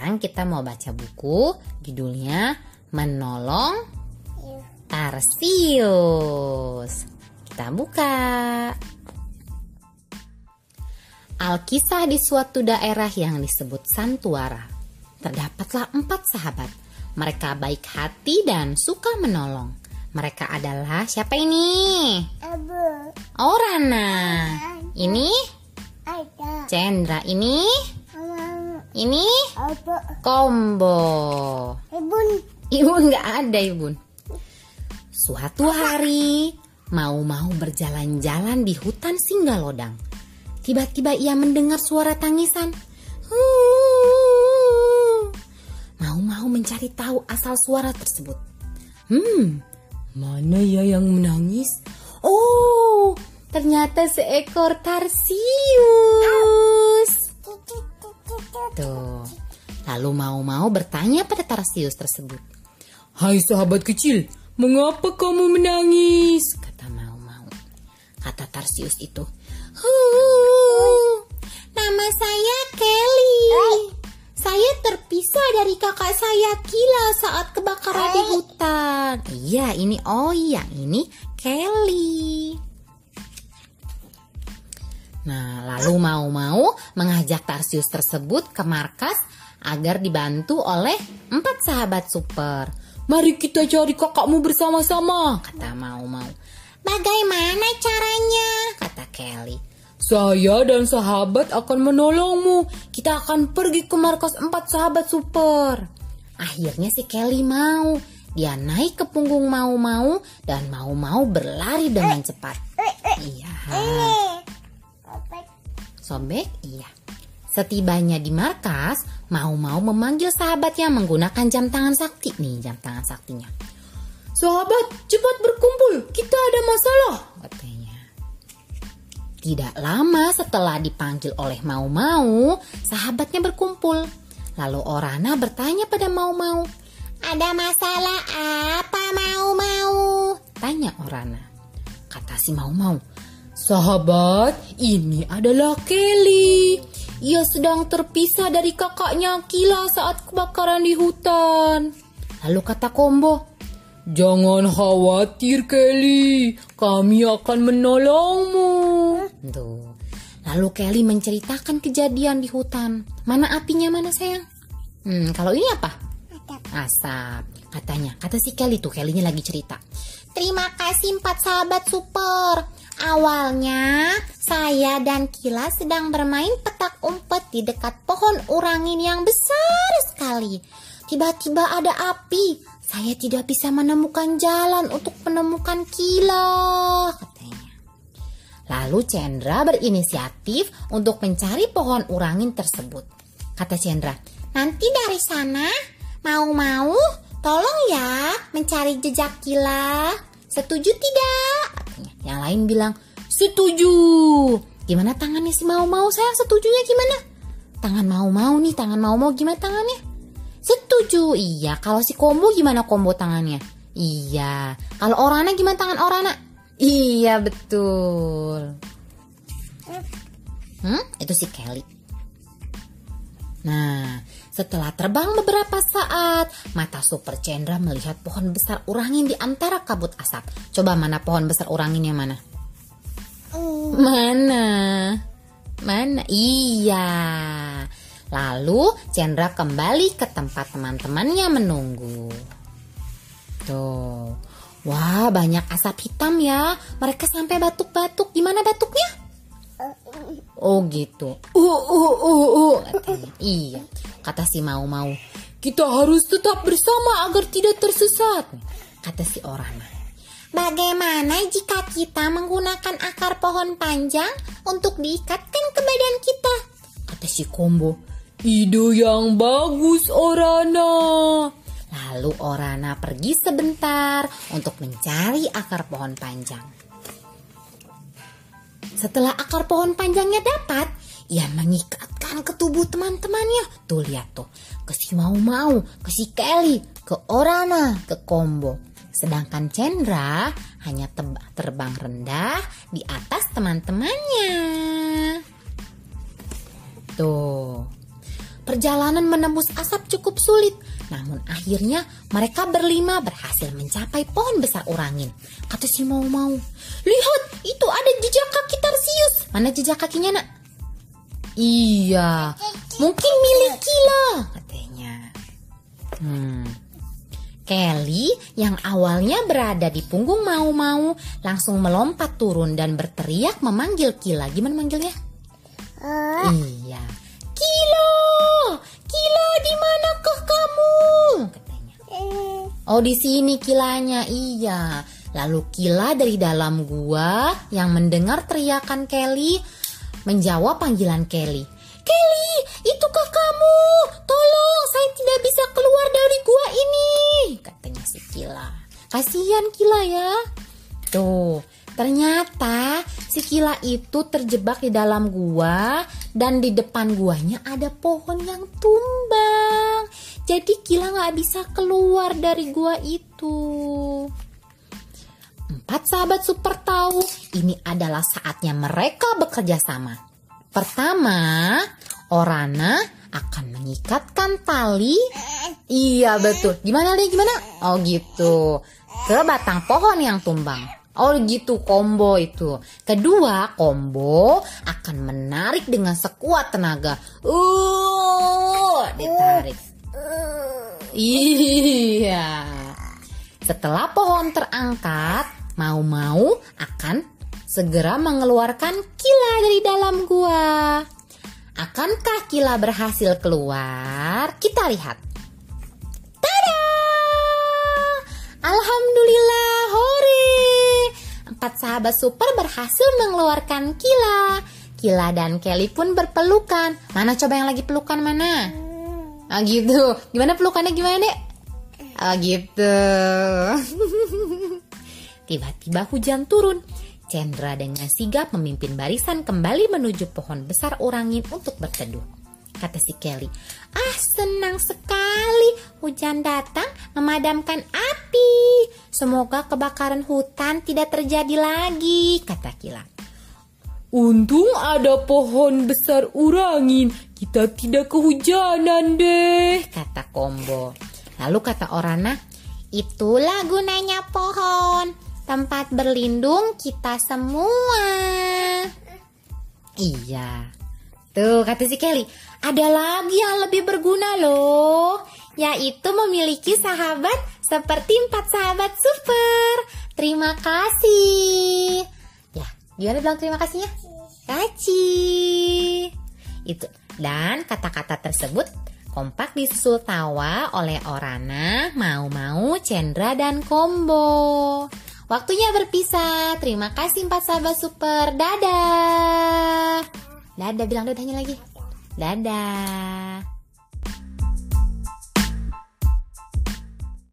Sekarang kita mau baca buku, judulnya Menolong Tarsius. Kita buka. Alkisah di suatu daerah yang disebut Santuara. Terdapatlah 4 sahabat. Mereka baik hati dan suka menolong. Mereka adalah siapa ini? Oh, Rana. Ini? Cendra. Ini? Kombo. Ibun nggak ada, Ibun. Suatu hari, mau berjalan-jalan di hutan Singgalodang. Tiba-tiba ia mendengar suara tangisan. Mau mencari tahu asal suara tersebut. Mana ya yang menangis? Oh, ternyata seekor tarsius. Tuh. Lalu mau bertanya pada tarsius tersebut. Hai sahabat kecil, mengapa kamu menangis? Kata mau. Kata tarsius itu. Nama saya Kelly. Saya terpisah dari kakak saya Kila saat kebakaran di hutan. Iya, ini Kelly. Nah, lalu mau mengajak tarsius tersebut ke markas agar dibantu oleh 4 sahabat super. Mari kita cari kakakmu bersama-sama, kata mau. Bagaimana caranya? Kata Kelly. Saya dan sahabat akan menolongmu. Kita akan pergi ke markas 4 sahabat super. Akhirnya si Kelly mau. Dia naik ke punggung mau dan mau berlari dengan cepat. Iya. Sobek? Iya. Setibanya di markas, mau memanggil sahabatnya menggunakan jam tangan sakti. Nih, jam tangan saktinya. Sahabat, cepat berkumpul. Kita ada masalah, katanya. Tidak lama setelah dipanggil oleh mau, sahabatnya berkumpul. Lalu Orana bertanya pada mau. Ada masalah apa mau? Tanya Orana. Kata si mau. Sahabat, ini adalah Kelly. Ia sedang terpisah dari kakaknya Kila saat kebakaran di hutan. Lalu kata Kombo, jangan khawatir Kelly, kami akan menolongmu. Tuh. Lalu Kelly menceritakan kejadian di hutan. Mana apinya, mana sayang? Kalau ini apa? Asap. Katanya. Kata si Kelly tuh, Kelly-nya lagi cerita. Terima kasih 4 sahabat super. Awalnya saya dan Kila sedang bermain petak umpet di dekat pohon urangin yang besar sekali. Tiba-tiba ada api. Saya tidak bisa menemukan jalan untuk menemukan Kila, katanya. Lalu Cendra berinisiatif untuk mencari pohon urangin tersebut. Kata Cendra, nanti dari sana mau tolong ya mencari jejak Kila. Setuju tidak? Katanya. Yang lain bilang, setuju. Gimana tangannya si mau sayang, setujunya gimana? Tangan mau nih, tangan mau gimana tangannya? Setuju. Iya. Kalau si Kombo gimana Kombo tangannya? Iya. Kalau Orana gimana tangan Orana? Iya, betul. Itu si Kelly. Nah, setelah terbang beberapa saat, mata super Cendra melihat pohon besar urangin di antara kabut asap. Coba mana pohon besar uranginnya mana? Mana? Iya. Lalu Cendra kembali ke tempat teman-temannya menunggu. Tuh. Wah, banyak asap hitam ya. Mereka sampai batuk-batuk. Gimana batuknya? Oh gitu. Katanya. Iya. Kata si mau. Kita harus tetap bersama agar tidak tersesat. Kata si Orana. Bagaimana jika kita menggunakan akar pohon panjang untuk diikatkan ke badan kita? Kata si Kombo. Ide yang bagus, Orana. Lalu Orana pergi sebentar untuk mencari akar pohon panjang. Setelah akar pohon panjangnya dapat, ia mengikatkan ke tubuh teman-temannya. Tuh lihat tuh, ke si mau, ke si Kelly, ke Orana, ke Kombo. Sedangkan Cendra hanya terbang rendah di atas teman-temannya. Tuh. Perjalanan menembus asap cukup sulit. Namun akhirnya mereka berlima berhasil mencapai pohon besar urangin. Kata si Mau-Mau, "Lihat, itu ada jejak kaki Tarsius." "Mana jejak kakinya, Nak?" "Iya, mungkin milik Kila," katanya. Kelly yang awalnya berada di punggung Mau-Mau langsung melompat turun dan berteriak memanggil Kila. Gimana manggilnya? Iya. "Kila! Kila, di manakah kamu?" katanya. "Oh, di sini Kilanya." "Iya." Lalu Kila dari dalam gua yang mendengar teriakan Kelly menjawab panggilan Kelly. "Kelly, itukah kamu? Tolong, saya tidak bisa keluar dari gua ini," katanya si Kila. Kasihan Kila ya. Tuh, ternyata si Kila itu terjebak di dalam gua dan di depan guanya ada pohon yang tumbang. Jadi Kila gak bisa keluar dari gua itu. 4 sahabat super tahu ini adalah saatnya mereka bekerja sama. Pertama, Orana akan mengikatkan tali. Iya betul. Gimana deh, gimana? Oh gitu. Ke batang pohon yang tumbang. Oh gitu, Combo itu. Kedua, Combo akan menarik dengan sekuat tenaga. Ditarik. Iya. Setelah pohon terangkat, Mau-Mau akan segera mengeluarkan Kila dari dalam gua. Akankah Kila berhasil keluar? Kita lihat. Tada! Alhamdulillah, hore! 4 sahabat super berhasil mengeluarkan Kila. Kila dan Kelly pun berpelukan. Mana coba yang lagi pelukan mana? Ah gitu. Gimana pelukannya gimana, Dek? Ah gitu. Tiba-tiba hujan turun. Chandra dengan sigap memimpin barisan kembali menuju pohon besar urangin untuk berteduh. Kata si Kelly, senang sekali hujan datang memadamkan api. Semoga kebakaran hutan tidak terjadi lagi, kata Kila. Untung ada pohon besar urangin, kita tidak kehujanan deh, kata Combo. Lalu kata Orana, itulah gunanya pohon. Tempat berlindung kita semua. Iya. Tuh kata si Kelly, ada lagi yang lebih berguna loh. Yaitu memiliki sahabat seperti 4 sahabat super. Terima kasih. Ya, gimana bilang terima kasihnya? Kaci. Itu. Dan kata-kata tersebut kompak disusul tawa oleh Orana, Mau-Mau, Chandra, dan Combo. Waktunya berpisah. Terima kasih 4 sahabat super. Dadah. Dadah, bilang dadahnya lagi. Dadah.